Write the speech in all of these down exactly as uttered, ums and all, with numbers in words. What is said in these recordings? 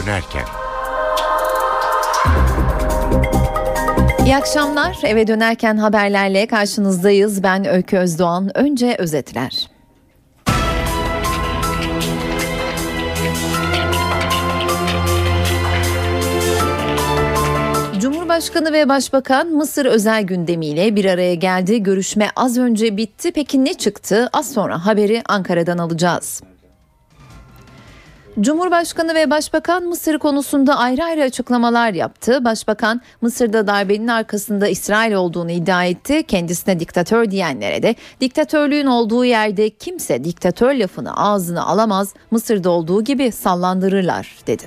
dönerken. İyi akşamlar. Eve dönerken haberlerle karşınızdayız. Ben Öykü Özdoğan. Önce özetler. Cumhurbaşkanı ve Başbakan Mısır özel gündemiyle bir araya geldi. Görüşme az önce bitti. Peki ne çıktı? Az sonra haberi Ankara'dan alacağız. Cumhurbaşkanı ve Başbakan Mısır konusunda ayrı ayrı açıklamalar yaptı. Başbakan Mısır'da darbenin arkasında İsrail olduğunu iddia etti. Kendisine diktatör diyenlere de diktatörlüğün olduğu yerde kimse diktatör lafını ağzına alamaz, Mısır'da olduğu gibi sallandırırlar dedi.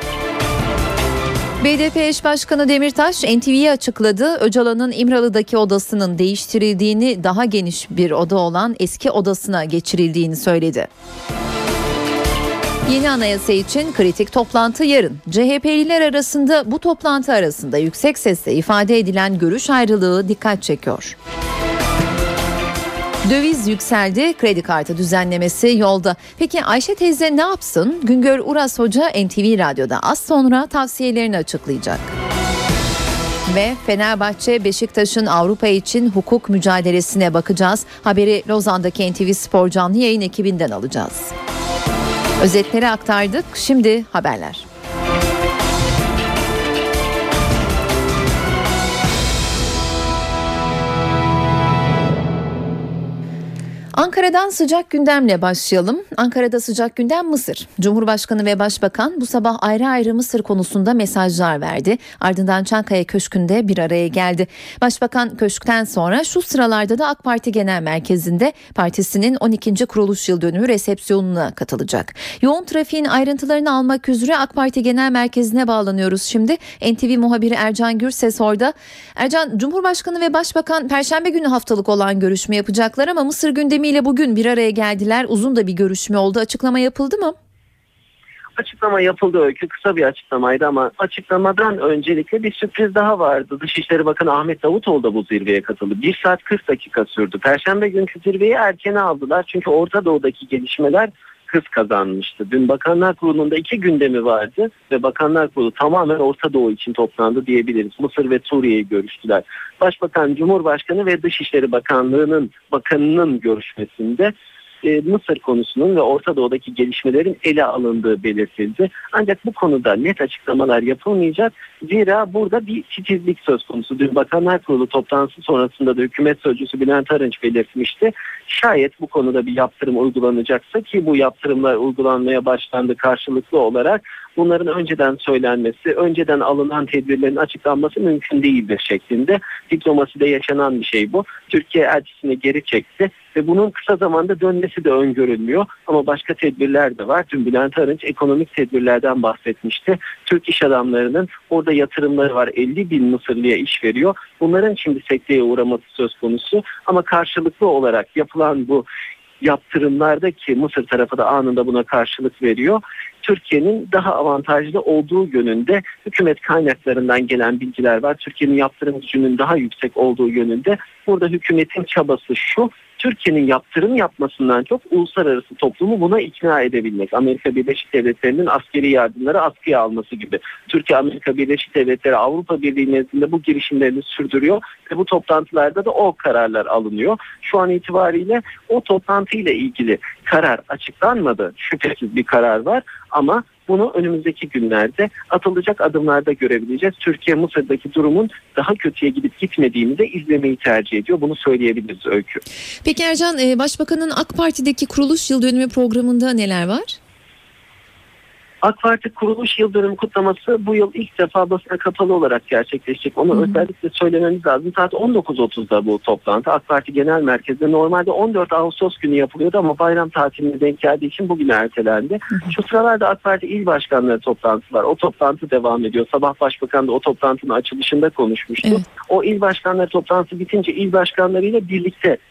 B D P eş başkanı Demirtaş N T V'ye açıkladı. Öcalan'ın İmralı'daki odasının değiştirildiğini, daha geniş bir oda olan eski odasına geçirildiğini söyledi. Yeni anayasa için kritik toplantı yarın. C H P'liler arasında bu toplantı arasında yüksek sesle ifade edilen görüş ayrılığı dikkat çekiyor. Döviz yükseldi, kredi kartı düzenlemesi yolda. Peki Ayşe teyze ne yapsın? Güngör Uras Hoca N T V Radyo'da az sonra tavsiyelerini açıklayacak. Ve Fenerbahçe Beşiktaş'ın Avrupa için hukuk mücadelesine bakacağız. Haberi Lozan'daki N T V Spor canlı yayın ekibinden alacağız. Özetleri aktardık. Şimdi haberler. Ankara'dan sıcak gündemle başlayalım. Ankara'da sıcak gündem Mısır. Cumhurbaşkanı ve Başbakan bu sabah ayrı ayrı Mısır konusunda mesajlar verdi. Ardından Çankaya Köşkü'nde bir araya geldi. Başbakan köşkten sonra şu sıralarda da AK Parti Genel Merkezi'nde partisinin on ikinci kuruluş yıl dönümü resepsiyonuna katılacak. Yoğun trafiğin ayrıntılarını almak üzere AK Parti Genel Merkezi'ne bağlanıyoruz şimdi. N T V muhabiri Ercan Gürses orada. Ercan, Cumhurbaşkanı ve Başbakan Perşembe günü haftalık olan görüşme yapacaklar ama Mısır gündemi ile bugün bir araya geldiler. Uzun da bir görüşme oldu. Açıklama yapıldı mı? Açıklama yapıldı Öykü. Kısa bir açıklamaydı ama açıklamadan öncelikle bir sürpriz daha vardı. Dışişleri Bakanı Ahmet Davutoğlu da bu zirveye katıldı. bir saat kırk dakika sürdü. Perşembe günkü zirveyi erkene aldılar. Çünkü Orta Doğu'daki gelişmeler hız kazanmıştı. Dün Bakanlar Kurulu'nda iki gündemi vardı ve Bakanlar Kurulu tamamen Orta Doğu için toplandı diyebiliriz. Mısır ve Suriye'yi görüştüler. Başbakan, Cumhurbaşkanı ve Dışişleri Bakanlığı'nın bakanının görüşmesinde e, Mısır konusunun ve Orta Doğu'daki gelişmelerin ele alındığı belirtildi. Ancak bu konuda net açıklamalar yapılmayacak. Zira burada bir titizlik söz konusu. Dün Bakanlar Kurulu toplantısı sonrasında da hükümet sözcüsü Bülent Arınç belirtmişti. Şayet bu konuda bir yaptırım uygulanacaksa, ki bu yaptırımlar uygulanmaya başlandı karşılıklı olarak, bunların önceden söylenmesi, önceden alınan tedbirlerin açıklanması mümkün değildir şeklinde. Diplomaside yaşanan bir şey bu. Türkiye elçisini geri çekti ve bunun kısa zamanda dönmesi de öngörülmüyor. Ama başka tedbirler de var. Dün Bülent Arınç ekonomik tedbirlerden bahsetmişti. Türk iş adamlarının orada yatırımları var. elli bin Mısırlıya iş veriyor. Bunların şimdi sekteye uğraması söz konusu. Ama karşılıklı olarak yapılan bu yaptırımlarda, ki Mısır tarafı da anında buna karşılık veriyor, Türkiye'nin daha avantajlı olduğu yönünde hükümet kaynaklarından gelen bilgiler var. Türkiye'nin yaptırım gücünün daha yüksek olduğu yönünde. Burada hükümetin çabası şu: Türkiye'nin yaptırım yapmasından çok uluslararası toplumu buna ikna edebilmek. Amerika Birleşik Devletleri'nin askeri yardımları askıya alması gibi. Türkiye, Amerika Birleşik Devletleri, Avrupa Birliği nezdinde bu girişimlerini sürdürüyor ve bu toplantılarda da o kararlar alınıyor. Şu an itibariyle o toplantıyla ilgili karar açıklanmadı. Şüphesiz bir karar var ama bunu önümüzdeki günlerde atılacak adımlarda görebileceğiz. Türkiye Mısır'daki durumun daha kötüye gidip gitmediğini de izlemeyi tercih ediyor. Bunu söyleyebiliriz Öykü. Peki Ercan, Başbakan'ın AK Parti'deki kuruluş yıl dönümü programında neler var? AK Parti kuruluş yıl dönümü kutlaması bu yıl ilk defa basına kapalı olarak gerçekleşecek. Onu hı hı. özellikle söylememiz lazım. Saat on dokuz otuzda bu toplantı AK Parti Genel Merkezi'nde normalde on dört Ağustos günü yapılıyordu ama bayram tatiline denk geldiği için bugün ertelendi. Hı hı. Şu sıralarda AK Parti il başkanları toplantısı var. O toplantı devam ediyor. Sabah Başbakan da o toplantının açılışında konuşmuştu. Evet. O il başkanları toplantısı bitince il başkanlarıyla birlikte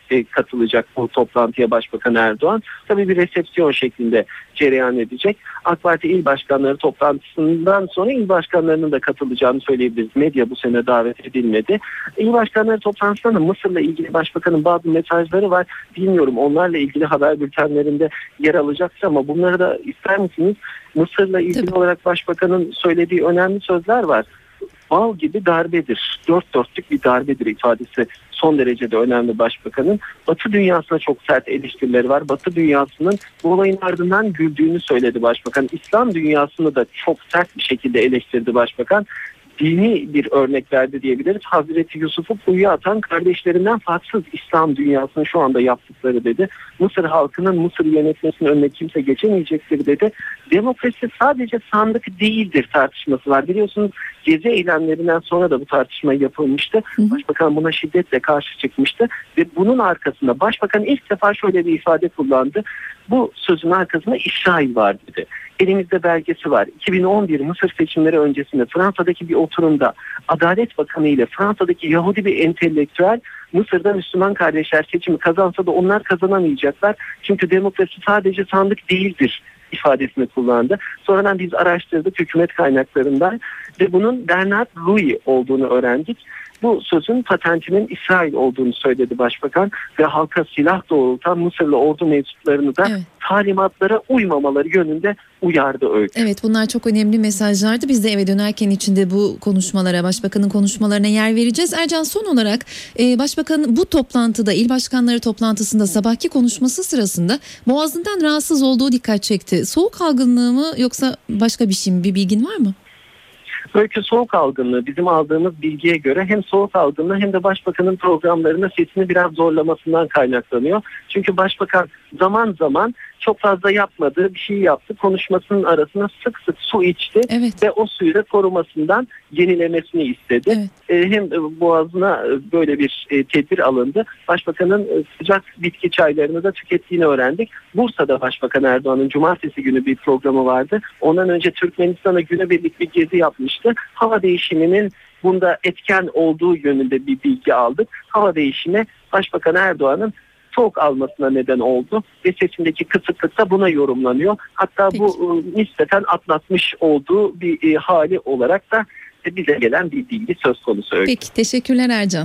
e, katılacak bu toplantıya Başbakan Erdoğan. Tabii bir resepsiyon şeklinde cereyan edecek. AK Parti il başkanları toplantısından sonra il başkanlarının da katılacağını söyleyebiliriz. Medya bu sene davet edilmedi. İl başkanları toplantısında da Mısır'la ilgili Başbakanın bazı mesajları var. Bilmiyorum, onlarla ilgili haber bültenlerinde yer alacaksa ama bunları da ister misiniz? Mısır'la ilgili Tabii. olarak Başbakanın söylediği önemli sözler var. Bal gibi darbedir, dört dörtlük bir darbedir ifadesi son derece de önemli Başbakanın. Batı dünyasına çok sert eleştirileri var. Batı dünyasının bu olayın ardından güldüğünü söyledi Başbakan. İslam dünyasını da çok sert bir şekilde eleştirdi Başbakan. Dini bir örnek verdi diyebiliriz. Hazreti Yusuf'u kuyuya atan kardeşlerinden farksız İslam dünyasının şu anda yaptıkları dedi. Mısır halkının Mısır yönetmesinin önüne kimse geçemeyecektir dedi. Demokrasi sadece sandık değildir tartışması var. Biliyorsunuz gezi eylemlerinden sonra da bu tartışma yapılmıştı. Başbakan buna şiddetle karşı çıkmıştı ve bunun arkasında Başbakan ilk defa şöyle bir ifade kullandı. Bu sözün arkasında İsrail var dedi. Elimizde belgesi var. iki bin on bir Mısır seçimleri öncesinde Fransa'daki bir oturumda Adalet Bakanı ile Fransa'daki Yahudi bir entelektüel Mısır'da Müslüman kardeşler seçimi kazansa da onlar kazanamayacaklar. Çünkü demokrasi sadece sandık değildir ifadesini kullandı. Sonradan biz araştırdık hükümet kaynaklarından ve bunun Bernard Louis olduğunu öğrendik. Bu sözün patentinin İsrail olduğunu söyledi Başbakan ve halka silah doğrultan Mısırlı ordu mensuplarını da evet. talimatlara uymamaları yönünde uyardı Öykü. Evet, bunlar çok önemli mesajlardı. Biz de eve dönerken içinde bu konuşmalara, Başbakanın konuşmalarına yer vereceğiz. Ercan, son olarak e, Başbakan bu toplantıda, il başkanları toplantısında sabahki konuşması sırasında boğazından rahatsız olduğu dikkat çekti. Soğuk algınlığı mı yoksa başka bir şey mi? Bir bilgin var mı? Öykü, soğuk algınlığı bizim aldığımız bilgiye göre hem soğuk algınlığı hem de Başbakanın programlarına sesini biraz zorlamasından kaynaklanıyor. Çünkü Başbakan zaman zaman çok fazla yapmadığı bir şey yaptı. Konuşmasının arasına sık sık su içti evet. ve o suyu da korumasından yenilemesini istedi. Evet. E, hem boğazına böyle bir e, tedbir alındı. Başbakanın e, sıcak bitki çaylarını da tükettiğini öğrendik. Bursa'da Başbakan Erdoğan'ın cumartesi günü bir programı vardı. Ondan önce Türkmenistan'a günübirlik bir gezi yapmıştı. Hava değişiminin bunda etken olduğu yönünde bir bilgi aldık. Hava değişimi Başbakan Erdoğan'ın soğuk almasına neden oldu ve seçimdeki kısıtlık da buna yorumlanıyor. Hatta Peki. bu e, nispeten atlatmış olduğu bir e, hali olarak da e, bize gelen bir bilgi söz konusu. Öyle. Peki, teşekkürler Ercan.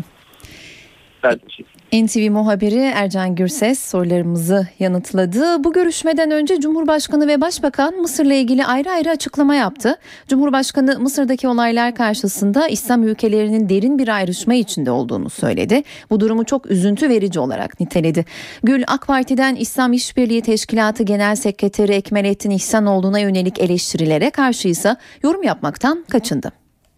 Ben teşekkür N T V muhabiri Ercan Gürses sorularımızı yanıtladı. Bu görüşmeden önce Cumhurbaşkanı ve Başbakan Mısır'la ilgili ayrı ayrı açıklama yaptı. Cumhurbaşkanı Mısır'daki olaylar karşısında İslam ülkelerinin derin bir ayrışma içinde olduğunu söyledi. Bu durumu çok üzüntü verici olarak niteledi. Gül, AK Parti'den İslam İşbirliği Teşkilatı Genel Sekreteri Ekmelettin İhsanoğlu'na yönelik eleştirilere karşıysa yorum yapmaktan kaçındı.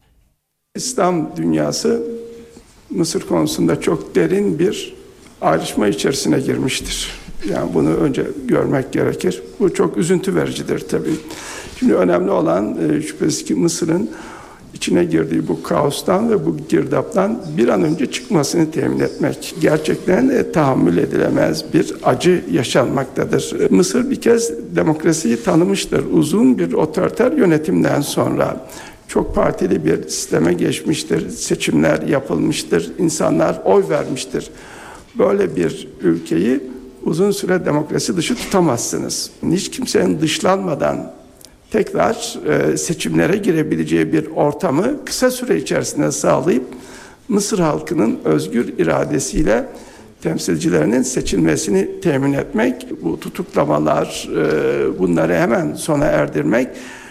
İslam dünyası Mısır konusunda çok derin bir ayrışma içerisine girmiştir. Yani bunu önce görmek gerekir. Bu çok üzüntü vericidir tabii. Şimdi önemli olan e, şüphesiz ki Mısır'ın içine girdiği bu kaostan ve bu girdaptan bir an önce çıkmasını temin etmek. Gerçekten e, tahammül edilemez bir acı yaşanmaktadır. Mısır bir kez demokrasiyi tanımıştır. Uzun bir otoriter yönetimden sonra çok partili bir sisteme geçmiştir, seçimler yapılmıştır, insanlar oy vermiştir. Böyle bir ülkeyi uzun süre demokrasi dışı tutamazsınız. Hiç kimsenin dışlanmadan tekrar e, seçimlere girebileceği bir ortamı kısa süre içerisinde sağlayıp Mısır halkının özgür iradesiyle temsilcilerinin seçilmesini temin etmek, bu tutuklamalar, e, bunları hemen sona erdirmek,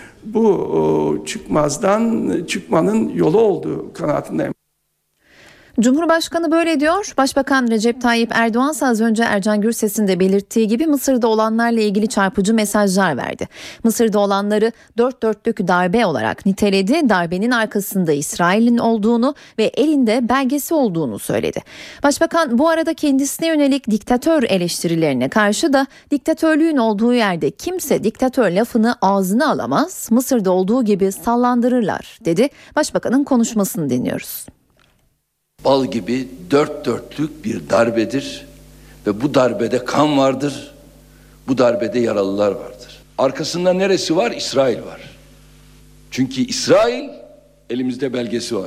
bu çıkmazdan çıkmanın yolu olduğu kanaatindeyim. Cumhurbaşkanı böyle diyor. Başbakan Recep Tayyip Erdoğan az önce Ercan Gürses'in de belirttiği gibi Mısır'da olanlarla ilgili çarpıcı mesajlar verdi. Mısır'da olanları dört dörtlük darbe olarak niteledi. Darbenin arkasında İsrail'in olduğunu ve elinde belgesi olduğunu söyledi. Başbakan bu arada kendisine yönelik diktatör eleştirilerine karşı da diktatörlüğün olduğu yerde kimse diktatör lafını ağzına alamaz, Mısır'da olduğu gibi sallandırırlar dedi. Başbakanın konuşmasını dinliyoruz. Bal gibi dört dörtlük bir darbedir ve bu darbede kan vardır, bu darbede yaralılar vardır. Arkasında neresi var? İsrail var. Çünkü İsrail, elimizde belgesi var.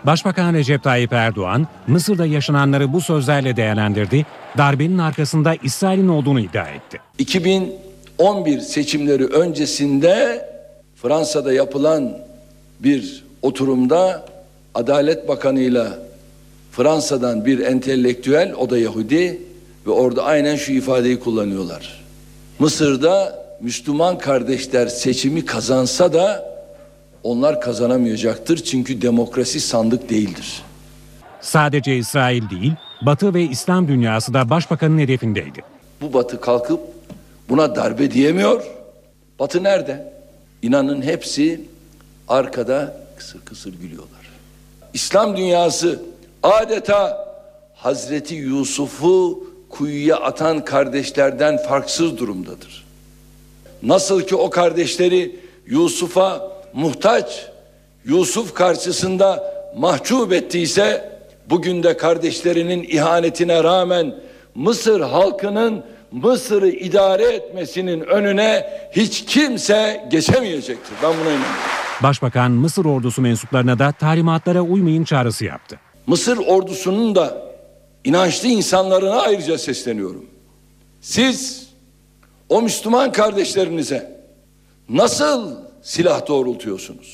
Başbakan Recep Tayyip Erdoğan, Mısır'da yaşananları bu sözlerle değerlendirdi, darbenin arkasında İsrail'in olduğunu iddia etti. iki bin on bir seçimleri öncesinde Fransa'da yapılan bir oturumda Adalet Bakanı'yla Fransa'dan bir entelektüel, o da Yahudi ve orada aynen şu ifadeyi kullanıyorlar. Mısır'da Müslüman kardeşler seçimi kazansa da onlar kazanamayacaktır çünkü demokrasi sandık değildir. Sadece İsrail değil, Batı ve İslam dünyası da başbakanın hedefindeydi. Bu Batı kalkıp buna darbe diyemiyor. Batı nerede? İnanın hepsi arkada kısır kısır gülüyorlar. İslam dünyası adeta Hazreti Yusuf'u kuyuya atan kardeşlerden farksız durumdadır. Nasıl ki o kardeşleri Yusuf'a muhtaç, Yusuf karşısında mahcup ettiyse, bugün de kardeşlerinin ihanetine rağmen Mısır halkının Mısır'ı idare etmesinin önüne hiç kimse geçemeyecektir. Ben buna inanıyorum. Başbakan Mısır ordusu mensuplarına da talimatlara uymayın çağrısı yaptı. Mısır ordusunun da inançlı insanlarına ayrıca sesleniyorum. Siz o Müslüman kardeşlerinize nasıl silah doğrultuyorsunuz?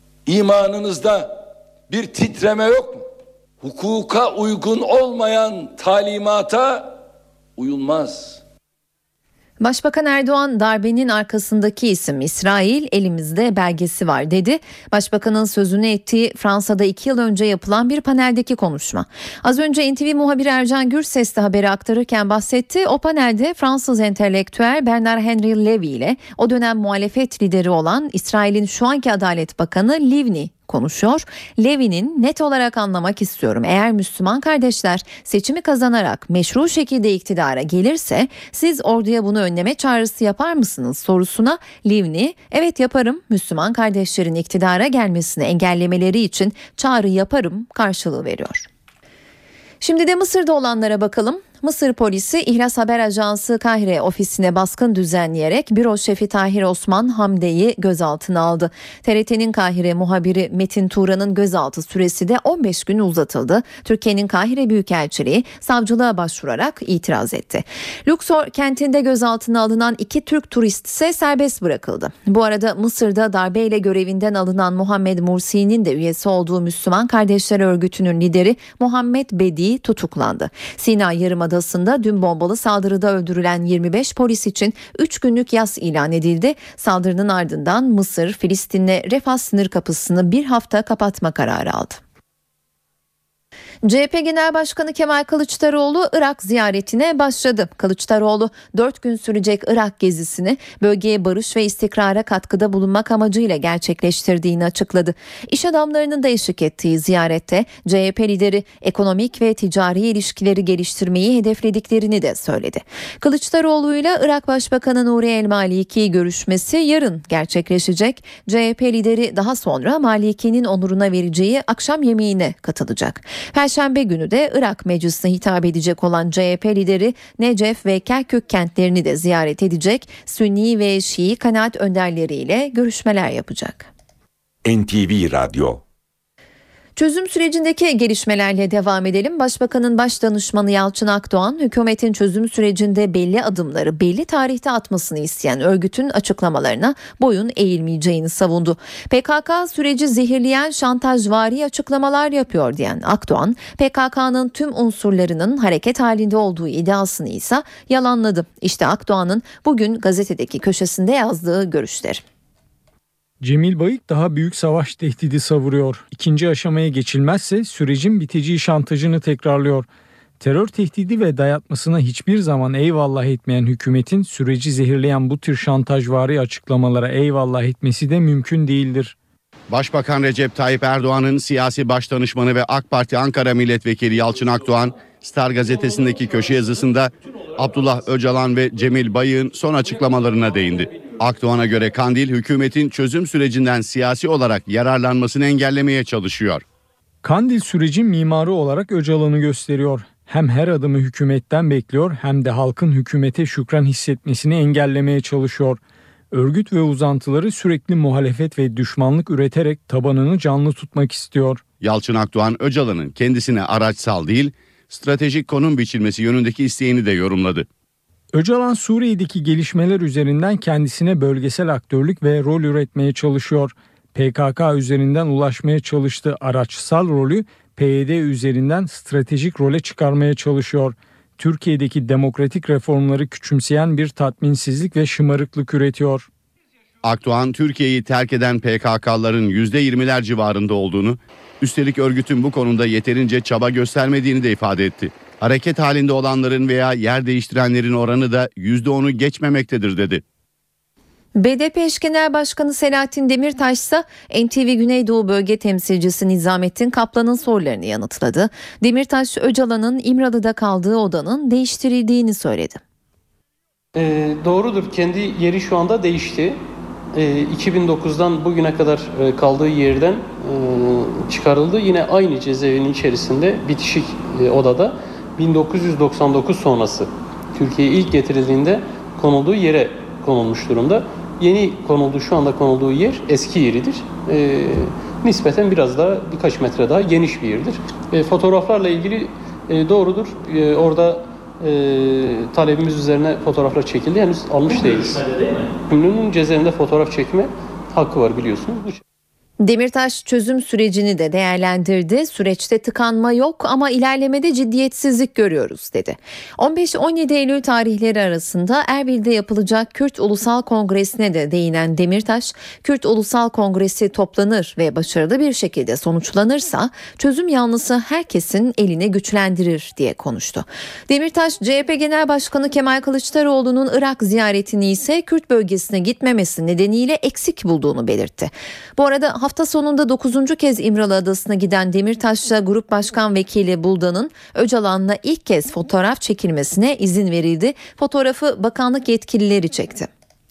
İmanınızda bir titreme yok mu? Hukuka uygun olmayan talimata uyulmaz. Başbakan Erdoğan, darbenin arkasındaki isim İsrail, elimizde belgesi var dedi. Başbakanın sözünü ettiği Fransa'da iki yıl önce yapılan bir paneldeki konuşma. Az önce N T V muhabiri Ercan Gürses de haberi aktarırken bahsetti. O panelde Fransız entelektüel Bernard Henry Levy ile o dönem muhalefet lideri olan İsrail'in şu anki Adalet Bakanı Livni konuşuyor. Levi'nin net olarak anlamak istiyorum. Eğer Müslüman kardeşler seçimi kazanarak meşru şekilde iktidara gelirse siz orduya bunu önleme çağrısı yapar mısınız sorusuna Livni evet yaparım, Müslüman kardeşlerin iktidara gelmesini engellemeleri için çağrı yaparım karşılığı veriyor. Şimdi de Mısır'da olanlara bakalım. Mısır polisi İhlas Haber Ajansı Kahire ofisine baskın düzenleyerek büro şefi Tahir Osman Hamde'yi gözaltına aldı. T R T'nin Kahire muhabiri Metin Turan'ın gözaltı süresi de on beş gün uzatıldı. Türkiye'nin Kahire Büyükelçiliği savcılığa başvurarak itiraz etti. Luxor kentinde gözaltına alınan iki Türk turist ise serbest bırakıldı. Bu arada Mısır'da darbeyle görevinden alınan Muhammed Mursi'nin de üyesi olduğu Müslüman Kardeşler Örgütü'nün lideri Muhammed Bedi tutuklandı. Sina Yarımadası Adası'nda dün bombalı saldırıda öldürülen yirmi beş polis için üç günlük yas ilan edildi. Saldırının ardından Mısır, Filistin'le Refah sınır kapısını bir hafta kapatma kararı aldı. C H P Genel Başkanı Kemal Kılıçdaroğlu Irak ziyaretine başladı. Kılıçdaroğlu dört gün sürecek Irak gezisini bölgeye barış ve istikrara katkıda bulunmak amacıyla gerçekleştirdiğini açıkladı. İş adamlarının da eşlik ettiği ziyarette C H P lideri ekonomik ve ticari ilişkileri geliştirmeyi hedeflediklerini de söyledi. Kılıçdaroğlu ile Irak Başbakanı Nuri el-Maliki görüşmesi yarın gerçekleşecek. C H P lideri daha sonra Maliki'nin onuruna vereceği akşam yemeğine katılacak. Perşembe günü de Irak Meclisi'ne hitap edecek olan C H P lideri Necef ve Kerkük kentlerini de ziyaret edecek. Sünni ve Şii kanaat önderleriyle görüşmeler yapacak. N T V Radyo. Çözüm sürecindeki gelişmelerle devam edelim. Başbakanın baş danışmanı Yalçın Akdoğan, hükümetin çözüm sürecinde belli adımları belli tarihte atmasını isteyen örgütün açıklamalarına boyun eğilmeyeceğini savundu. P K K süreci zehirleyen şantajvari açıklamalar yapıyor diyen Akdoğan, P K K'nın tüm unsurlarının hareket halinde olduğu iddiasını ise yalanladı. İşte Akdoğan'ın bugün gazetedeki köşesinde yazdığı görüşleri. Cemil Bayık daha büyük savaş tehdidi savuruyor. İkinci aşamaya geçilmezse sürecin biteceği şantajını tekrarlıyor. Terör tehdidi ve dayatmasına hiçbir zaman eyvallah etmeyen hükümetin süreci zehirleyen bu tür şantajvari açıklamalara eyvallah etmesi de mümkün değildir. Başbakan Recep Tayyip Erdoğan'ın siyasi başdanışmanı ve AK Parti Ankara Milletvekili Yalçın Akdoğan, Star gazetesindeki köşe yazısında Abdullah Öcalan ve Cemil Bayık'ın son açıklamalarına değindi. Akdoğan'a göre Kandil, hükümetin çözüm sürecinden siyasi olarak yararlanmasını engellemeye çalışıyor. Kandil sürecin mimarı olarak Öcalan'ı gösteriyor. Hem her adımı hükümetten bekliyor hem de halkın hükümete şükran hissetmesini engellemeye çalışıyor. Örgüt ve uzantıları sürekli muhalefet ve düşmanlık üreterek tabanını canlı tutmak istiyor. Yalçın Akdoğan, Öcalan'ın kendisine araçsal değil, stratejik konum biçilmesi yönündeki isteğini de yorumladı. Öcalan, Suriye'deki gelişmeler üzerinden kendisine bölgesel aktörlük ve rol üretmeye çalışıyor. P K K üzerinden ulaşmaya çalıştığı araçsal rolü P Y D üzerinden stratejik role çıkarmaya çalışıyor. Türkiye'deki demokratik reformları küçümseyen bir tatminsizlik ve şımarıklık üretiyor. Akdoğan, Türkiye'yi terk eden P K K'ların yüzde yirmiler civarında olduğunu, üstelik örgütün bu konuda yeterince çaba göstermediğini de ifade etti. Hareket halinde olanların veya yer değiştirenlerin oranı da yüzde onu geçmemektedir dedi. B D P eş genel başkanı Selahattin Demirtaş ise N T V Güneydoğu Bölge Temsilcisi Nizamettin Kaplan'ın sorularını yanıtladı. Demirtaş, Öcalan'ın İmralı'da kaldığı odanın değiştirildiğini söyledi. E, doğrudur, kendi yeri şu anda değişti. E, iki bin dokuzdan bugüne kadar e, kaldığı yerden e, çıkarıldı. Yine aynı cezaevinin içerisinde bitişik e, odada bin dokuz yüz doksan dokuz sonrası Türkiye'ye ilk getirildiğinde konulduğu yere konulmuş durumda. Yeni konulduğu, şu anda konulduğu yer eski yeridir. E, nispeten biraz daha, birkaç metre daha geniş bir yerdir. E, fotoğraflarla ilgili e, doğrudur. E, orada e, talebimiz üzerine fotoğraflar çekildi. Henüz almış değiliz. Ünlünün cezaevinde fotoğraf çekme hakkı var, biliyorsunuz. Demirtaş çözüm sürecini de değerlendirdi. Süreçte tıkanma yok ama ilerlemede ciddiyetsizlik görüyoruz dedi. on beş on yedi Eylül tarihleri arasında Erbil'de yapılacak Kürt Ulusal Kongresi'ne de değinen Demirtaş, Kürt Ulusal Kongresi toplanır ve başarılı bir şekilde sonuçlanırsa çözüm yanlısı herkesin elini güçlendirir diye konuştu. Demirtaş, C H P Genel Başkanı Kemal Kılıçdaroğlu'nun Irak ziyaretini ise Kürt bölgesine gitmemesi nedeniyle eksik bulduğunu belirtti. Bu arada hafta sonunda dokuzuncu kez İmralı Adası'na giden Demirtaş'la Grup Başkan Vekili Buldan'ın Öcalan'la ilk kez fotoğraf çekilmesine izin verildi. Fotoğrafı bakanlık yetkilileri çekti.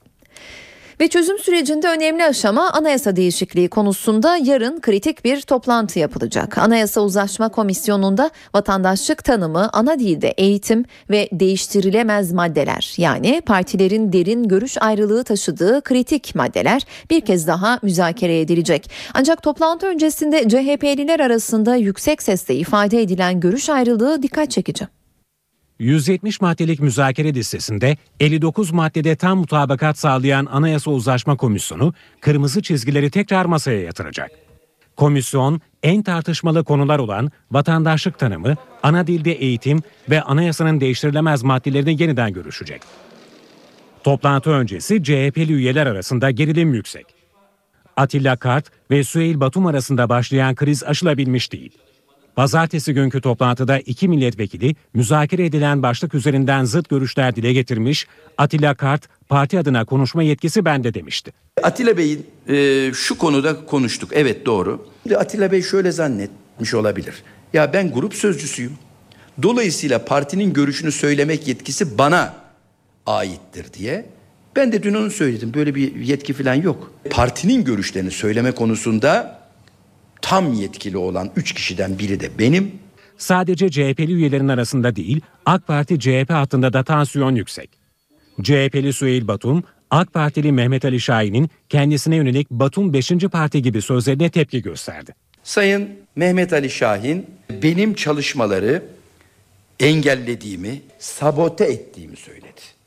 Ve çözüm sürecinde önemli aşama anayasa değişikliği konusunda yarın kritik bir toplantı yapılacak. Anayasa Uzlaşma Komisyonu'nda vatandaşlık tanımı, ana dilde eğitim ve değiştirilemez maddeler, yani partilerin derin görüş ayrılığı taşıdığı kritik maddeler bir kez daha müzakere edilecek. Ancak toplantı öncesinde C H P'liler arasında yüksek sesle ifade edilen görüş ayrılığı dikkat çekici. yüz yetmiş maddelik müzakere listesinde elli dokuz maddede tam mutabakat sağlayan Anayasa Uzlaşma Komisyonu kırmızı çizgileri tekrar masaya yatıracak. Komisyon en tartışmalı konular olan vatandaşlık tanımı, ana dilde eğitim ve anayasanın değiştirilemez maddelerini yeniden görüşecek. Toplantı öncesi C H P'li üyeler arasında gerilim yüksek. Atilla Kart ve Süheyl Batum arasında başlayan kriz aşılabilmiş değil. Pazartesi günkü toplantıda iki milletvekili müzakere edilen başlık üzerinden zıt görüşler dile getirmiş. Atilla Kart, parti adına konuşma yetkisi bende demişti. Atilla Bey'in e, şu konuda konuştuk. Evet, doğru. Atilla Bey şöyle zannetmiş olabilir. Ya ben grup sözcüsüyüm. Dolayısıyla partinin görüşünü söylemek yetkisi bana aittir diye. Ben de dün onu söyledim. Böyle bir yetki falan yok. Partinin görüşlerini söyleme konusunda tam yetkili olan üç kişiden biri de benim. Sadece C H P'li üyelerin arasında değil, AK Parti C H P hattında da tansiyon yüksek. C H P'li Süheyl Batum, AK Partili Mehmet Ali Şahin'in kendisine yönelik Batum beşinci parti gibi sözlerine tepki gösterdi. Sayın Mehmet Ali Şahin benim çalışmaları engellediğimi, sabote ettiğimi söyledi.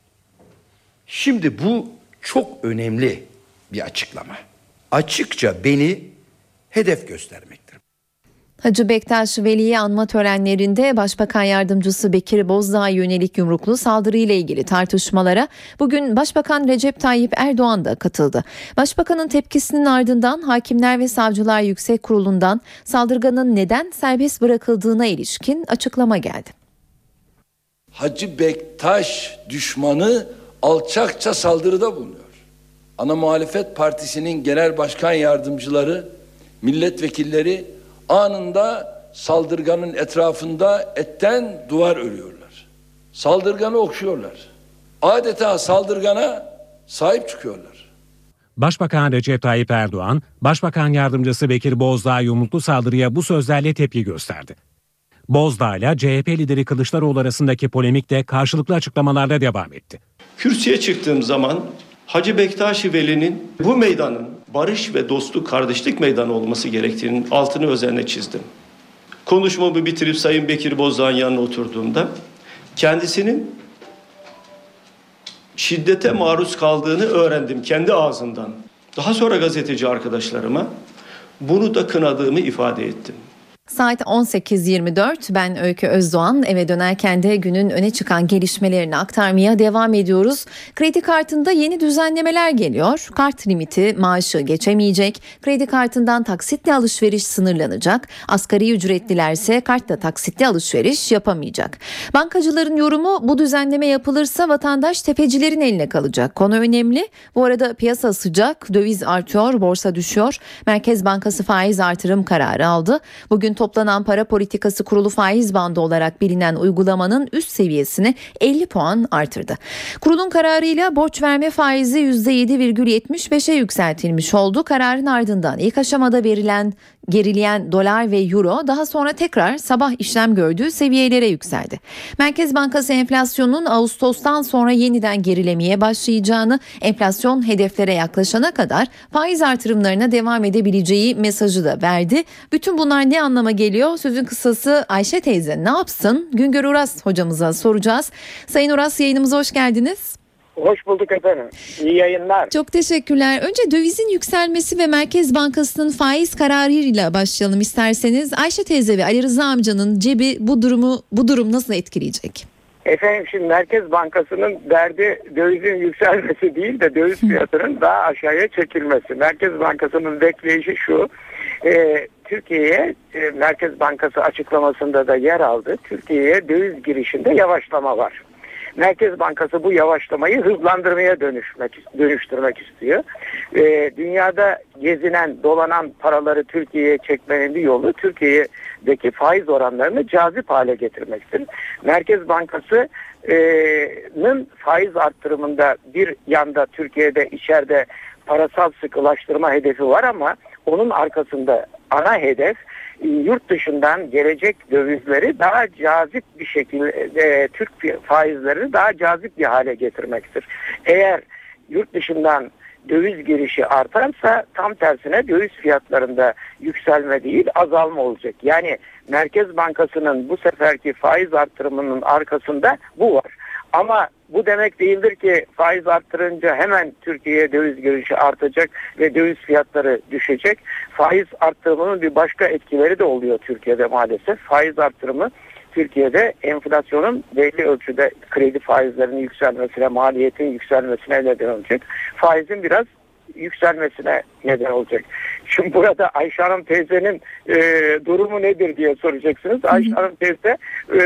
Şimdi bu çok önemli bir açıklama. Açıkça beni hedef göstermektir. Hacı Bektaş Veli'yi anma törenlerinde Başbakan Yardımcısı Bekir Bozdağ'a yönelik yumruklu saldırıyla ilgili tartışmalara bugün Başbakan Recep Tayyip Erdoğan da katıldı. Başbakanın tepkisinin ardından Hakimler ve Savcılar Yüksek Kurulu'ndan saldırganın neden serbest bırakıldığına ilişkin açıklama geldi. Hacı Bektaş düşmanı alçakça saldırıda bulunuyor. Ana muhalefet partisinin genel başkan yardımcıları, milletvekilleri anında saldırganın etrafında etten duvar örüyorlar. Saldırganı okşuyorlar. Adeta saldırgana sahip çıkıyorlar. Başbakan Recep Tayyip Erdoğan, Başbakan Yardımcısı Bekir Bozdağ'a yumruklu saldırıya bu sözlerle tepki gösterdi. Bozdağ ile C H P lideri Kılıçdaroğlu arasındaki polemik de karşılıklı açıklamalarla devam etti. Kürsüye çıktığım zaman Hacı Bektaş Veli'nin bu meydanın barış ve dostluk, kardeşlik meydanı olması gerektiğinin altını özenle çizdim. Konuşmamı bitirip Sayın Bekir Bozdağ'ın yanına oturduğumda kendisinin şiddete maruz kaldığını öğrendim kendi ağzından. Daha sonra gazeteci arkadaşlarıma bunu da kınadığımı ifade ettim. Saat on sekiz yirmi dört. Ben Öykü Özdoğan. Eve dönerken de günün öne çıkan gelişmelerini aktarmaya devam ediyoruz. Kredi kartında yeni düzenlemeler geliyor. Kart limiti maaşı geçemeyecek. Kredi kartından taksitli alışveriş sınırlanacak. Asgari ücretlilerse kartla taksitli alışveriş yapamayacak. Bankacıların yorumu, bu düzenleme yapılırsa vatandaş tefecilerin eline kalacak. Konu önemli. Bu arada piyasa sıcak, döviz artıyor, borsa düşüyor. Merkez Bankası faiz artırım kararı aldı. Bugün toplanan para politikası kurulu faiz bandı olarak bilinen uygulamanın üst seviyesini elli puan artırdı. Kurulun kararıyla borç verme faizi yüzde yedi virgül yetmiş beşe yükseltilmiş oldu. Kararın ardından ilk aşamada verilen gerileyen dolar ve euro daha sonra tekrar sabah işlem gördüğü seviyelere yükseldi. Merkez Bankası enflasyonun Ağustos'tan sonra yeniden gerilemeye başlayacağını, enflasyon hedeflere yaklaşana kadar faiz artırımlarına devam edebileceği mesajı da verdi. Bütün bunlar ne anlama geliyor? Sözün kısası Ayşe teyze ne yapsın? Güngör Uras hocamıza soracağız. Sayın Uras, yayınımıza hoş geldiniz. Hoş bulduk efendim. İyi yayınlar. Çok teşekkürler. Önce dövizin yükselmesi ve Merkez Bankası'nın faiz kararıyla başlayalım isterseniz. Ayşe teyze ve Ali Rıza amcanın cebi bu durumu bu durum nasıl etkileyecek? Efendim şimdi Merkez Bankası'nın derdi dövizin yükselmesi değil de döviz fiyatının daha aşağıya çekilmesi. Merkez Bankası'nın bekleyişi şu. E, Türkiye'ye e, Merkez Bankası açıklamasında da yer aldı. Türkiye'ye döviz girişinde yavaşlama var. Merkez Bankası bu yavaşlamayı hızlandırmaya dönüşmek, dönüştürmek istiyor. Ee, dünyada gezinen, dolanan paraları Türkiye'ye çekmenin bir yolu Türkiye'deki faiz oranlarını cazip hale getirmektir. Merkez Bankası'nın faiz arttırımında bir yanda Türkiye'de içeride parasal sıkılaştırma hedefi var ama onun arkasında ana hedef yurt dışından gelecek dövizleri daha cazip bir şekilde e, Türk faizlerini daha cazip bir hale getirmektir. Eğer yurt dışından döviz girişi artarsa tam tersine döviz fiyatlarında yükselme değil azalma olacak. Yani Merkez Bankası'nın bu seferki faiz artırımının arkasında bu var. Ama bu demek değildir ki faiz arttırınca hemen Türkiye'ye döviz girişi artacak ve döviz fiyatları düşecek. Faiz arttırımının bir başka etkileri de oluyor Türkiye'de maalesef. Faiz arttırımı Türkiye'de enflasyonun belli ölçüde kredi faizlerinin yükselmesine, maliyetin yükselmesine neden olacak. Faizin biraz yükselmesine neden olacak. Şimdi burada Ayşe Hanım teyzenin e, durumu nedir diye soracaksınız. Ayşe Hanım teyze e,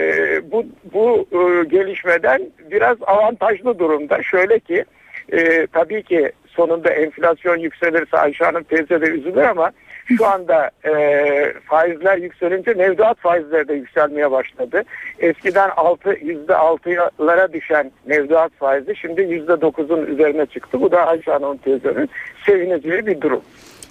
bu, bu e, gelişmeden biraz avantajlı durumda. Şöyle ki e, tabii ki sonunda enflasyon yükselirse Ayşe Hanım teyze de üzülür ama şu anda e, faizler yükselince mevduat faizleri de yükselmeye başladı. Eskiden altı yüzde altılara düşen mevduat faizi şimdi yüzde dokuzun üzerine çıktı. Bu da Ayşe Hanım teyzenin sevineceği bir durum.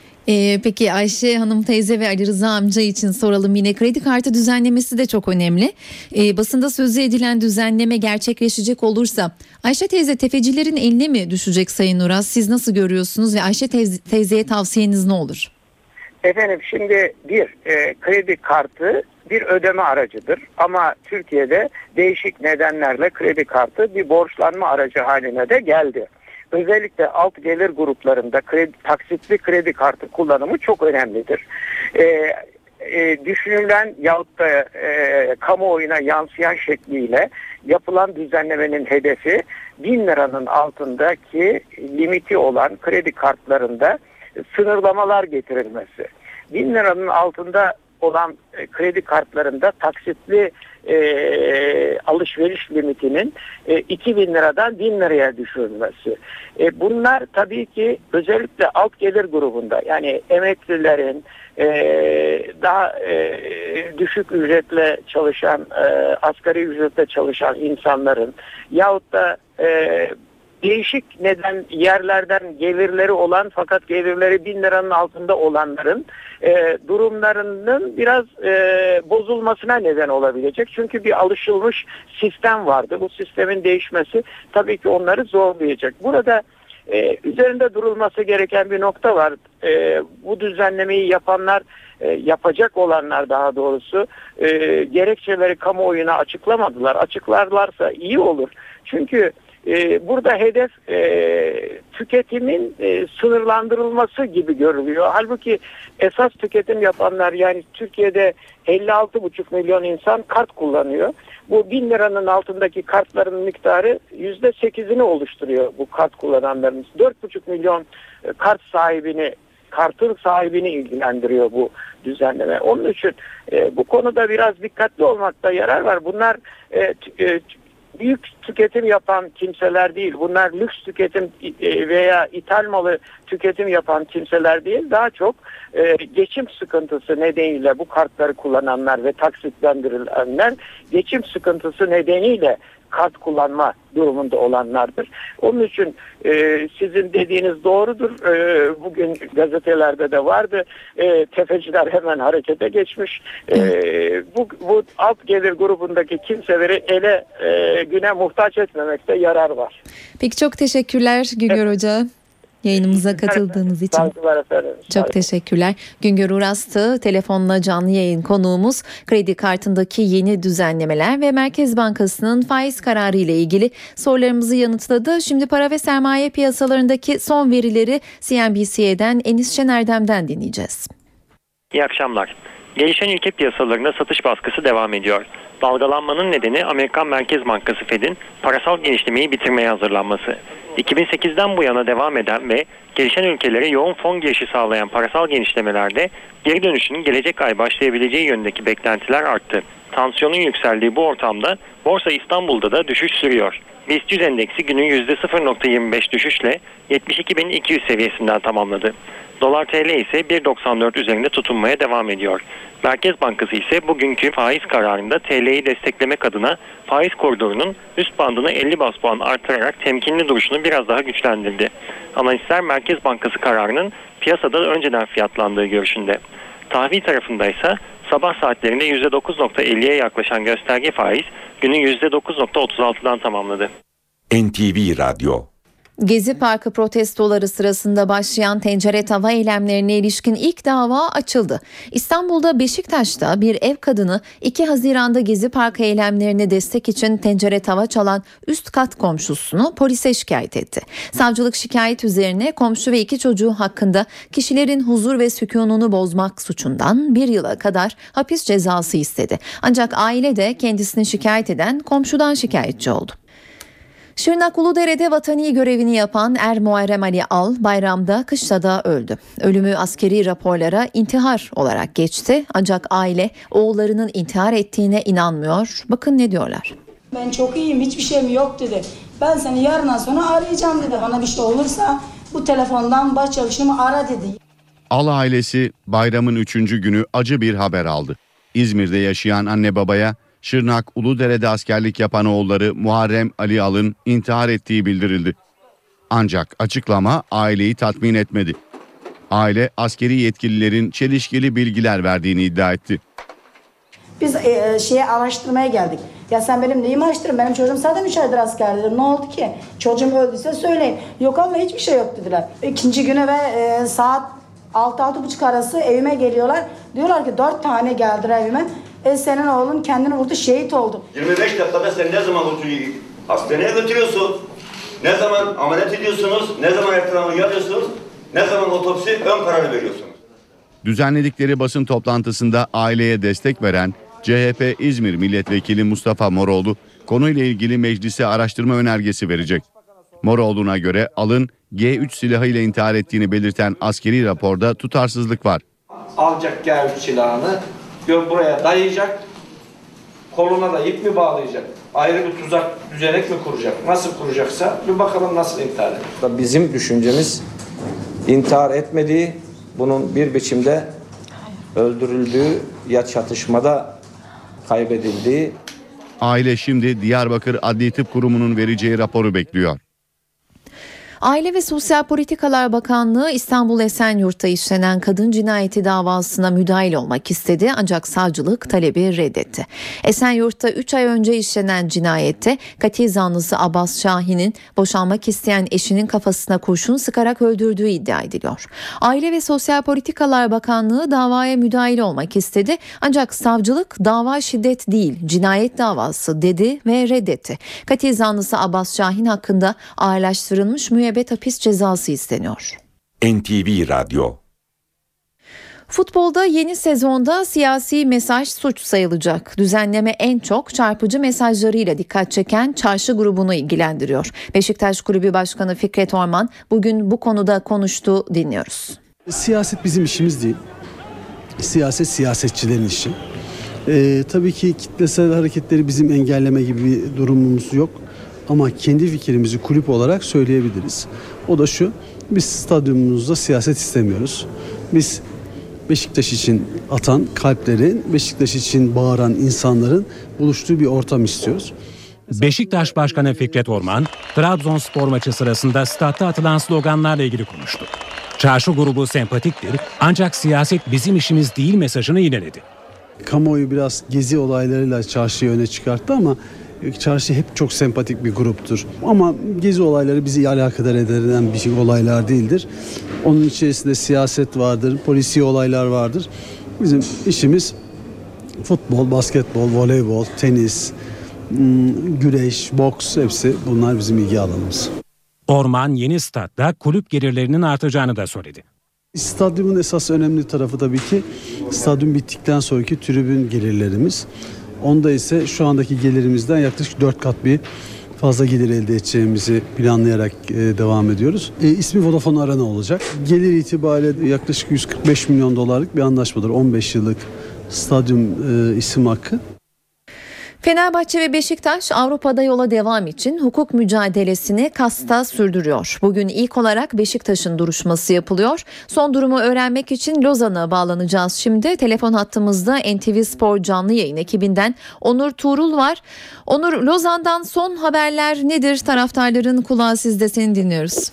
Ee, peki Ayşe Hanım teyze ve Ali Rıza amca için soralım yine. Kredi kartı düzenlemesi de çok önemli. Ee, basında sözü edilen düzenleme gerçekleşecek olursa Ayşe teyze tefecilerin eline mi düşecek Sayın Uras? Siz nasıl görüyorsunuz ve Ayşe teyze, teyzeye tavsiyeniz ne olur? Efendim şimdi bir e, kredi kartı bir ödeme aracıdır ama Türkiye'de değişik nedenlerle kredi kartı bir borçlanma aracı haline de geldi. Özellikle alt gelir gruplarında kredi, taksitli kredi kartı kullanımı çok önemlidir. Ee, e, düşünülen yahut da e, kamuoyuna yansıyan şekliyle yapılan düzenlemenin hedefi bin liranın altındaki limiti olan kredi kartlarında sınırlamalar getirilmesi. bin liranın altında olan e, kredi kartlarında taksitli e, alışveriş limitinin e, iki bin liradan bin liraya düşürülmesi. E, bunlar tabii ki özellikle alt gelir grubunda yani emeklilerin e, daha e, düşük ücretle çalışan e, asgari ücretle çalışan insanların yahut da e, değişik neden yerlerden gelirleri olan fakat gelirleri bin liranın altında olanların e, durumlarının biraz e, bozulmasına neden olabilecek. Çünkü bir alışılmış sistem vardı. Bu sistemin değişmesi tabii ki onları zorlayacak. Burada e, üzerinde durulması gereken bir nokta var. E, bu düzenlemeyi yapanlar, e, yapacak olanlar daha doğrusu e, gerekçeleri kamuoyuna açıklamadılar. Açıklarlarsa iyi olur. Çünkü e, burada hedef e, tüketimin e, sınırlandırılması gibi görülüyor. Halbuki esas tüketim yapanlar, yani Türkiye'de elli altı buçuk milyon insan kart kullanıyor. Bu bin liranın altındaki kartların miktarı yüzde sekizini oluşturuyor bu kart kullananların. dört buçuk milyon kart sahibini, kartın sahibini ilgilendiriyor bu düzenleme. Onun için e, bu konuda biraz dikkatli olmakta yarar var. Bunlar e, e, büyük tüketim yapan kimseler değil. Bunlar lüks tüketim veya ithal malı tüketim yapan kimseler değil. Daha çok e, geçim sıkıntısı nedeniyle bu kartları kullananlar ve taksitlendirilenler geçim sıkıntısı nedeniyle kart kullanma durumunda olanlardır. Onun için e, sizin dediğiniz doğrudur. E, bugün gazetelerde de vardı. E, tefeciler hemen harekete geçmiş. E, bu, bu alt gelir grubundaki kimseleri ele e, güne muhtaç etmemekte yarar var. Peki çok teşekkürler Güngör evet. Hoca. Yayınımıza katıldığınız için. Çok teşekkürler. Güngör Urastı telefonla canlı yayın konuğumuz. Kredi kartındaki yeni düzenlemeler ve Merkez Bankası'nın faiz kararı ile ilgili sorularımızı yanıtladı. Şimdi para ve sermaye piyasalarındaki son verileri C N B C'den Enis Şenerdem'den dinleyeceğiz. İyi akşamlar. Gelişen ülke piyasalarında satış baskısı devam ediyor. Dalgalanmanın nedeni Amerikan Merkez Bankası Fed'in parasal genişlemeyi bitirmeye hazırlanması. iki bin sekizden bu yana devam eden ve gelişen ülkelere yoğun fon girişi sağlayan parasal genişlemelerde geri dönüşünün gelecek ay başlayabileceği yönündeki beklentiler arttı. Tansiyonun yükseldiği bu ortamda Borsa İstanbul'da da düşüş sürüyor. BIST yüz endeksi günü yüzde sıfır virgül yirmi beş düşüşle yetmiş iki bin iki yüz seviyesinden tamamladı. Dolar T L ise bir virgül doksan dört üzerinde tutunmaya devam ediyor. Merkez Bankası ise bugünkü faiz kararında T L'yi desteklemek adına faiz koridorunun üst bandını elli bas puan artırarak temkinli duruşunu biraz daha güçlendirdi. Analistler Merkez Bankası kararının piyasada önceden fiyatlandığı görüşünde. Tahvil tarafında ise sabah saatlerinde yüzde dokuz virgül elliye yaklaşan gösterge faiz günü yüzde dokuz virgül otuz altıdan tamamladı. N T V Radyo. Gezi Parkı protestoları sırasında başlayan tencere tava eylemlerine ilişkin ilk dava açıldı. İstanbul'da Beşiktaş'ta bir ev kadını iki Haziran'da Gezi Parkı eylemlerine destek için tencere tava çalan üst kat komşusunu polise şikayet etti. Savcılık şikayet üzerine komşu ve iki çocuğu hakkında kişilerin huzur ve sükununu bozmak suçundan bir yıla kadar hapis cezası istedi. Ancak aile de kendisini şikayet eden komşudan şikayetçi oldu. Şırnak Uludere'de vatani görevini yapan Er Muharrem Ali Al bayramda Kışla'da öldü. Ölümü askeri raporlara intihar olarak geçti. Ancak aile oğullarının intihar ettiğine inanmıyor. Bakın ne diyorlar. Ben çok iyiyim, hiçbir şeyim yok dedi. Ben seni yarından sonra arayacağım dedi. Bana bir şey olursa bu telefondan başçavuşumu ara dedi. Al ailesi bayramın üçüncü günü acı bir haber aldı. İzmir'de yaşayan anne babaya Şırnak Uludere'de askerlik yapan oğulları Muharrem Ali Al'ın intihar ettiği bildirildi. Ancak açıklama aileyi tatmin etmedi. Aile askeri yetkililerin çelişkili bilgiler verdiğini iddia etti. Biz e, şeye araştırmaya geldik. Ya sen benim neyimi araştırın? Benim çocuğum zaten üç aydır asker dedim. Ne oldu ki? Çocuğum öldüyse söyleyin. Yok ama hiçbir şey yok dediler. İkinci güne ve e, saat altı altı buçuk arası evime geliyorlar. Diyorlar ki dört tane geldiler evime. E senin oğlun kendini vurdu, şehit oldu. yirmi beş dakikada sen ne zaman hastaneye götürüyorsun? Ne zaman ameliyat ediyorsunuz? Ne zaman erteleme yapıyorsunuz? Ne zaman otopsi ön kararı veriyorsunuz? Düzenledikleri basın toplantısında aileye destek veren C H P İzmir Milletvekili Mustafa Moroğlu konuyla ilgili meclise araştırma önergesi verecek. Moroğlu'na göre Al'ın G üç silahıyla intihar ettiğini belirten askeri raporda tutarsızlık var. Alacak G üç silahını buraya dayayacak, koluna da ip mi bağlayacak, ayrı bir tuzak düzenek mi kuracak, nasıl kuracaksa bir bakalım nasıl intihar ediyor. Bizim düşüncemiz intihar etmediği, bunun bir biçimde öldürüldüğü ya çatışmada kaybedildiği. Aile şimdi Diyarbakır Adli Tıp Kurumu'nun vereceği raporu bekliyor. Aile ve Sosyal Politikalar Bakanlığı İstanbul Esenyurt'ta işlenen kadın cinayeti davasına müdahil olmak istedi ancak savcılık talebi reddetti. Esenyurt'ta üç ay önce işlenen cinayette katil zanlısı Abbas Şahin'in boşanmak isteyen eşinin kafasına kurşun sıkarak öldürdüğü iddia ediliyor. Aile ve Sosyal Politikalar Bakanlığı davaya müdahil olmak istedi ancak savcılık dava şiddet değil cinayet davası dedi ve reddetti. Katil zanlısı Abbas Şahin hakkında ağırlaştırılmış müebbet hapis cezası isteniyor. N T V Radyo. Futbolda yeni sezonda siyasi mesaj suç sayılacak. Düzenleme en çok çarpıcı mesajlarıyla dikkat çeken Çarşı grubunu ilgilendiriyor. Beşiktaş Kulübü Başkanı Fikret Orman bugün bu konuda konuştu, dinliyoruz. Siyaset bizim işimiz değil. Siyaset siyasetçilerin işi. Ee, tabii ki kitlesel hareketleri bizim engelleme gibi bir durumumuz yok. Ama kendi fikrimizi kulüp olarak söyleyebiliriz. O da şu, biz stadyumumuzda siyaset istemiyoruz. Biz Beşiktaş için atan kalplerin, Beşiktaş için bağıran insanların buluştuğu bir ortam istiyoruz. Beşiktaş Başkanı Fikret Orman, Trabzonspor maçı sırasında statta atılan sloganlarla ilgili konuştu. Çarşı grubu sempatiktir ancak siyaset bizim işimiz değil mesajını yineledi. Kamuoyu biraz gezi olaylarıyla çarşıyı öne çıkarttı ama çarşı hep çok sempatik bir gruptur. Ama gezi olayları bizi alakadar eden bir şey, olaylar değildir. Onun içerisinde siyaset vardır, polisi olaylar vardır. Bizim işimiz futbol, basketbol, voleybol, tenis, güreş, boks, hepsi bunlar bizim ilgi alanımız. Orman yeni statta kulüp gelirlerinin artacağını da söyledi. Stadyumun esas önemli tarafı tabii ki stadyum bittikten sonraki tribün gelirlerimiz. Onda ise şu andaki gelirimizden yaklaşık dört kat bir fazla gelir elde edeceğimizi planlayarak e, devam ediyoruz. E, ismi Vodafone Arena olacak. Gelir itibariyle yaklaşık yüz kırk beş milyon dolarlık bir anlaşmadır. on beş yıllık stadyum e, isim hakkı. Fenerbahçe ve Beşiktaş Avrupa'da yola devam için hukuk mücadelesini Kas'ta sürdürüyor. Bugün ilk olarak Beşiktaş'ın duruşması yapılıyor. Son durumu öğrenmek için Lozan'a bağlanacağız şimdi. Telefon hattımızda N T V Spor canlı yayın ekibinden Onur Tuğrul var. Onur, Lozan'dan son haberler nedir? Taraftarların kulağı sizde, seni dinliyoruz.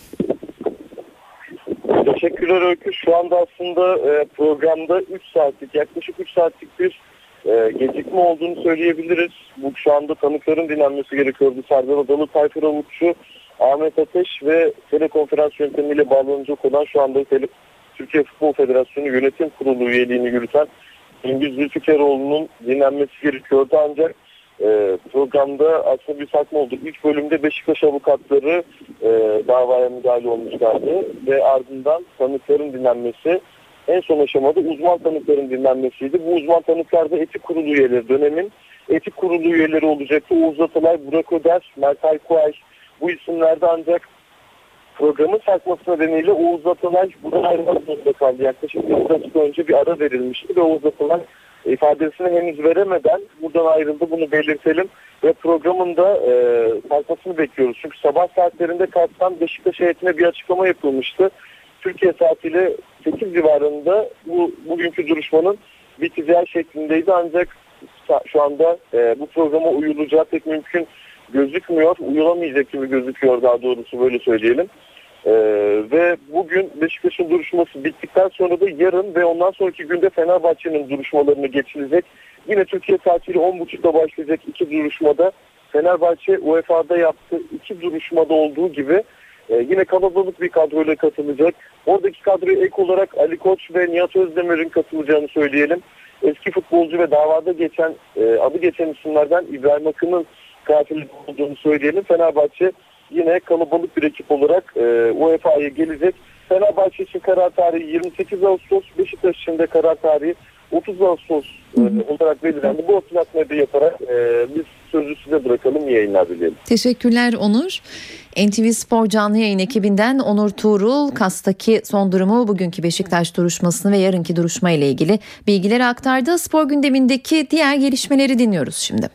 Teşekkürler Öykü. Şu anda aslında programda üç saatlik, yaklaşık üç saatlik bir E, gecikme olduğunu söyleyebiliriz. Bu şu anda tanıkların dinlenmesi gerekiyordu. Serdar Adalı, Tayfur Avutçu, Ahmet Ateş ve telekonferans yöntemiyle bağlanacak olan şu anda Tele- Türkiye Futbol Federasyonu Yönetim Kurulu üyeliğini yürüten Cengiz Zülfikaroğlu'nun dinlenmesi gerekiyordu. Ancak e, programda aslında bir sakma oldu. İlk bölümde Beşiktaş avukatları e, davaya müdahale olmuşlardı ve ardından tanıkların dinlenmesi, en son aşamada uzman tanıkların dinlenmesiydi. Bu uzman tanıklarda etik kurulu üyeleri, dönemin etik kurulu üyeleri olacaktı. Oğuz Atalay, Burak Öder, Mert Aykuay, bu isimlerde ancak programın sarkması nedeniyle Oğuz Atalay buradan ayrılmak zorunda kaldı. Yaklaşık bir dakika önce bir ara verilmişti ve Oğuz Atalay ifadesini henüz veremeden buradan ayrıldı. Bunu belirtelim ve programın da e, sarkmasını bekliyoruz. Çünkü sabah saatlerinde Kars'tan Beşiktaş heyetine bir açıklama yapılmıştı. Türkiye saatiyle sekiz civarında bu bugünkü duruşmanın biteceği şeklindeydi, ancak şu anda e, bu programa uyulacağı pek mümkün gözükmüyor. Uyulamayacak gibi gözüküyor, daha doğrusu böyle söyleyelim. E, ve bugün Beşiktaş'ın duruşması bittikten sonra da yarın ve ondan sonraki günde Fenerbahçe'nin duruşmalarını geçilecek. Yine Türkiye saatiyle on buçukta başlayacak iki duruşmada Fenerbahçe U E F A'da yaptığı iki duruşmada olduğu gibi Ee, yine kalabalık bir kadroyla katılacak. Oradaki kadroya ek olarak Ali Koç ve Nihat Özdemir'in katılacağını söyleyelim. Eski futbolcu ve davada geçen e, adı geçen isimlerden İbrahim Akın'ın katili olduğunu söyleyelim. Fenerbahçe yine kalabalık bir ekip olarak e, U E F A'ya gelecek. Fenerbahçe için karar tarihi yirmi sekiz Ağustos, Beşiktaş için de karar tarihi otuz Ağustos e, olarak belirlendi. Bu hatırlatmayı da yaparak e, biz sözü size bırakalım, iyi yayınlar dileyelim. Teşekkürler Onur. N T V Spor canlı yayın ekibinden Onur Tuğrul, Kas'taki son durumu, bugünkü Beşiktaş duruşmasını ve yarınki duruşma ile ilgili bilgileri aktardı. Spor gündemindeki diğer gelişmeleri dinliyoruz şimdi.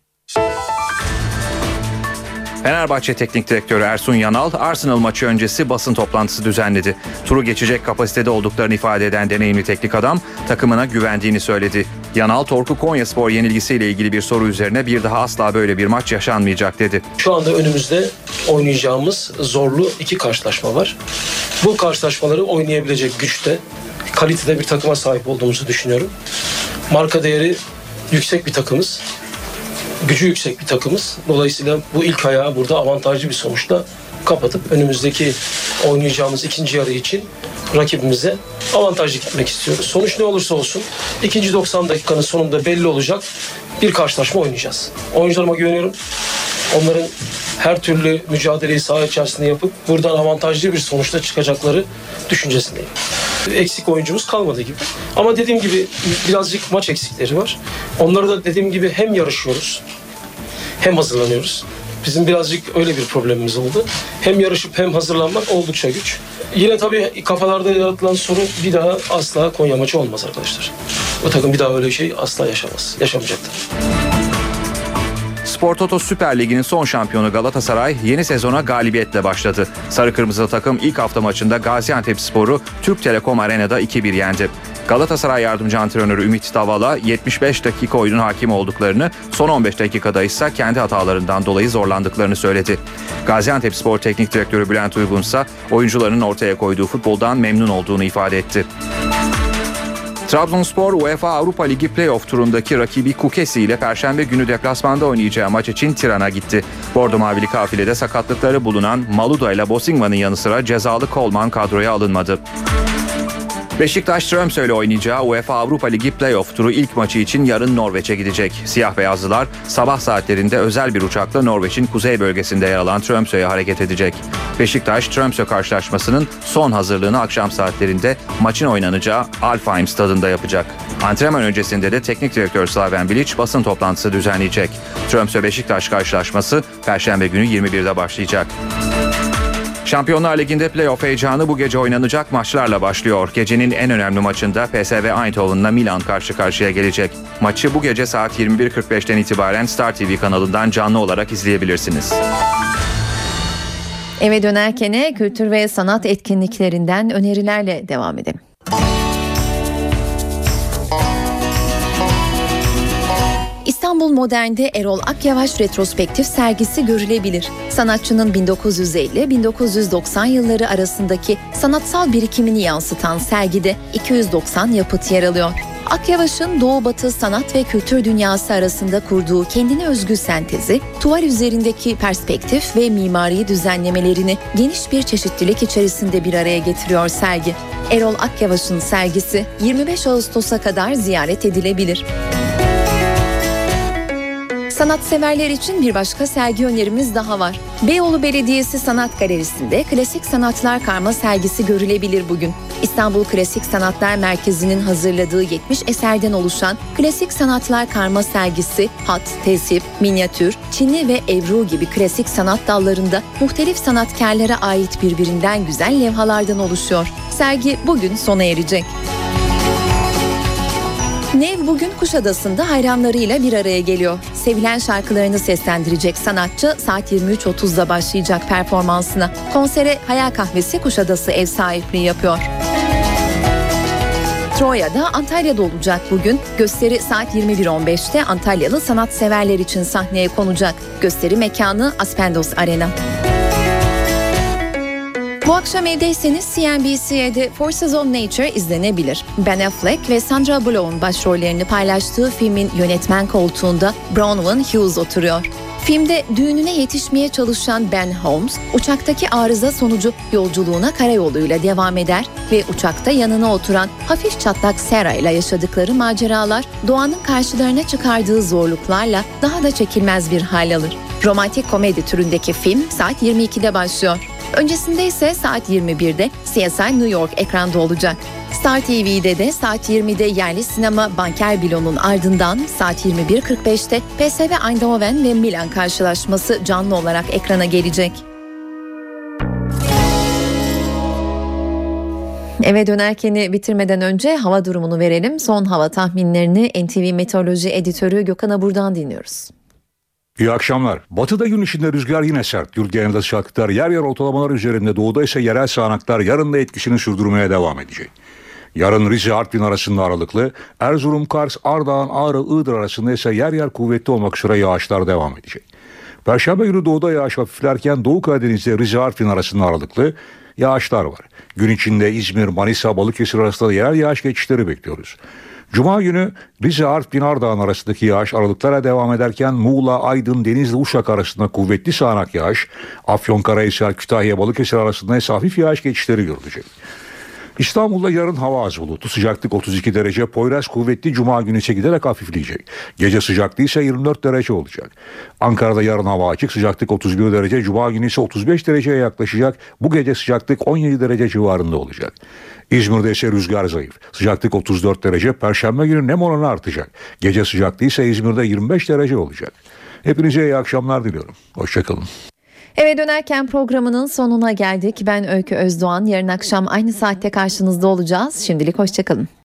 Fenerbahçe Teknik Direktörü Ersun Yanal, Arsenal maçı öncesi basın toplantısı düzenledi. Turu geçecek kapasitede olduklarını ifade eden deneyimli teknik adam takımına güvendiğini söyledi. Yanal, Torku Konyaspor yenilgisiyle ilgili bir soru üzerine bir daha asla böyle bir maç yaşanmayacak dedi. Şu anda önümüzde oynayacağımız zorlu iki karşılaşma var. Bu karşılaşmaları oynayabilecek güçte, kalitede bir takıma sahip olduğumuzu düşünüyorum. Marka değeri yüksek bir takımız. Gücü yüksek bir takımız. Dolayısıyla bu ilk ayağı burada avantajlı bir sonuçla kapatıp önümüzdeki oynayacağımız ikinci yarı için rakibimize avantajlı gitmek istiyoruz. Sonuç ne olursa olsun ikinci doksan dakikanın sonunda belli olacak bir karşılaşma oynayacağız. Oyuncularıma güveniyorum. Onların her türlü mücadeleyi saha içerisinde yapıp buradan avantajlı bir sonuçla çıkacakları düşüncesindeyim. Eksik oyuncumuz kalmadı gibi. Ama dediğim gibi birazcık maç eksikleri var. Onları da dediğim gibi hem yarışıyoruz hem hazırlanıyoruz. Bizim birazcık öyle bir problemimiz oldu. Hem yarışıp hem hazırlanmak oldukça güç. Yine tabii kafalarda yaratılan sorun bir daha asla Konya maçı olmaz arkadaşlar. O takım bir daha öyle şey asla yaşamaz. Yaşamayacaktır. Spor Toto Süper Ligi'nin son şampiyonu Galatasaray yeni sezona galibiyetle başladı. Sarı Kırmızı takım ilk hafta maçında Gaziantepspor'u Türk Telekom Arena'da iki bir yendi. Galatasaray yardımcı antrenörü Ümit Davala yetmiş beş dakika oyunun hakim olduklarını, son on beş dakikada ise kendi hatalarından dolayı zorlandıklarını söyledi. Gaziantepspor Teknik Direktörü Bülent Uygun ise oyuncuların ortaya koyduğu futboldan memnun olduğunu ifade etti. Trabzonspor UEFA Avrupa Ligi Playoff turundaki rakibi Kukesi ile Perşembe günü deplasmanda oynayacağı maç için Tiran'a gitti. Bordo Mavili kafilede sakatlıkları bulunan Maluda ile Bosingman'ın yanı sıra cezalı Coleman kadroya alınmadı. Beşiktaş Tromsø ile oynayacağı UEFA Avrupa Ligi Playoff turu ilk maçı için yarın Norveç'e gidecek. Siyah beyazlılar sabah saatlerinde özel bir uçakla Norveç'in kuzey bölgesinde yer alan Tromsø'ye hareket edecek. Beşiktaş Tromsø karşılaşmasının son hazırlığını akşam saatlerinde maçın oynanacağı Alfheim stadında yapacak. Antrenman öncesinde de teknik direktör Slaven Bilic basın toplantısı düzenleyecek. Tromsø Beşiktaş karşılaşması Perşembe günü yirmi birde başlayacak. Şampiyonlar Ligi'nde playoff heyecanı bu gece oynanacak maçlarla başlıyor. Gecenin en önemli maçında P S V Eindhoven'la Milan karşı karşıya gelecek. Maçı bu gece saat yirmi bir kırk beşten itibaren Star T V kanalından canlı olarak izleyebilirsiniz. Eve dönerken kültür ve sanat etkinliklerinden önerilerle devam edelim. İstanbul Modern'de Erol Akyavaş retrospektif sergisi görülebilir. Sanatçının bin dokuz yüz elli - bin dokuz yüz doksan yılları arasındaki sanatsal birikimini yansıtan sergide iki yüz doksan yapıt yer alıyor. Akyavaş'ın Doğu Batı sanat ve kültür dünyası arasında kurduğu kendine özgü sentezi, tuval üzerindeki perspektif ve mimari düzenlemelerini geniş bir çeşitlilik içerisinde bir araya getiriyor sergi. Erol Akyavaş'ın sergisi yirmi beş Ağustos'a kadar ziyaret edilebilir. Sanatseverler için bir başka sergi önerimiz daha var. Beyoğlu Belediyesi Sanat Galerisi'nde Klasik Sanatlar Karma sergisi görülebilir bugün. İstanbul Klasik Sanatlar Merkezi'nin hazırladığı yetmiş eserden oluşan Klasik Sanatlar Karma sergisi, hat, tesip, minyatür, çini ve evru gibi klasik sanat dallarında muhtelif sanatkarlara ait birbirinden güzel levhalardan oluşuyor. Sergi bugün sona erecek. Nev bugün Kuşadası'nda hayranlarıyla bir araya geliyor. Sevilen şarkılarını seslendirecek sanatçı saat yirmi üç otuzda başlayacak performansına. Konsere Hayal Kahvesi Kuşadası ev sahipliği yapıyor. Troya'da Antalya'da olacak bugün. Gösteri saat yirmi bir on beşte Antalyalı sanatseverler için sahneye konacak. Gösteri mekanı Aspendos Arena. Bu akşam evdeyseniz C N B C'de Forces of Nature izlenebilir. Ben Affleck ve Sandra Bullock'un başrollerini paylaştığı filmin yönetmen koltuğunda Bronwyn Hughes oturuyor. Filmde düğününe yetişmeye çalışan Ben Holmes, uçaktaki arıza sonucu yolculuğuna karayoluyla devam eder ve uçakta yanına oturan hafif çatlak Sarah ile yaşadıkları maceralar doğanın karşılarına çıkardığı zorluklarla daha da çekilmez bir hal alır. Romantik komedi türündeki film saat yirmi ikide başlıyor. Öncesinde ise saat yirmi birde C S I New York ekranda olacak. Star T V'de de saat yirmide yerli sinema Banker Bilo'nun ardından saat yirmi bir kırk beşte P S V Eindhoven ve Milan karşılaşması canlı olarak ekrana gelecek. Eve dönerkeni bitirmeden önce hava durumunu verelim. Son hava tahminlerini N T V Meteoroloji Editörü Gökhan Abur'dan dinliyoruz. İyi akşamlar. Batıda gün içinde rüzgar yine sert. Yurt genelinde sıcaklıklar yer yer ortalamalar üzerinde, doğuda ise yerel sağanaklar yarın da etkisini sürdürmeye devam edecek. Yarın Rize-Artvin arasında aralıklı, Erzurum-Kars, Ardahan, Ağrı, Iğdır arasında ise yer yer kuvvetli olmak üzere yağışlar devam edecek. Perşembe günü doğuda yağış hafiflerken Doğu Karadeniz'de Rize-Artvin arasında aralıklı yağışlar var. Gün içinde İzmir, Manisa, Balıkesir arasında yerel yağış geçişleri bekliyoruz. Cuma günü Rize-Artvin, Ardahan arasındaki yağış aralıklara devam ederken Muğla, Aydın, Denizli, Uşak arasında kuvvetli sağanak yağış, Afyonkarahisar, Kütahya, Balıkesir arasında ise hafif yağış geçişleri görülecek. İstanbul'da yarın hava az bulutlu, sıcaklık otuz iki derece, Poyraz kuvvetli, Cuma günü ise giderek hafifleyecek. Gece sıcaklığı ise yirmi dört derece olacak. Ankara'da yarın hava açık, sıcaklık otuz bir derece, Cuma günü ise otuz beş dereceye yaklaşacak. Bu gece sıcaklık on yedi derece civarında olacak. İzmir'de ise rüzgar zayıf, sıcaklık otuz dört derece, Perşembe günü nem oranı artacak. Gece sıcaklığı ise İzmir'de yirmi beş derece olacak. Hepinize iyi akşamlar diliyorum. Hoşçakalın. Eve dönerken programının sonuna geldik. Ben Öykü Özdoğan. Yarın akşam aynı saatte karşınızda olacağız. Şimdilik hoşçakalın.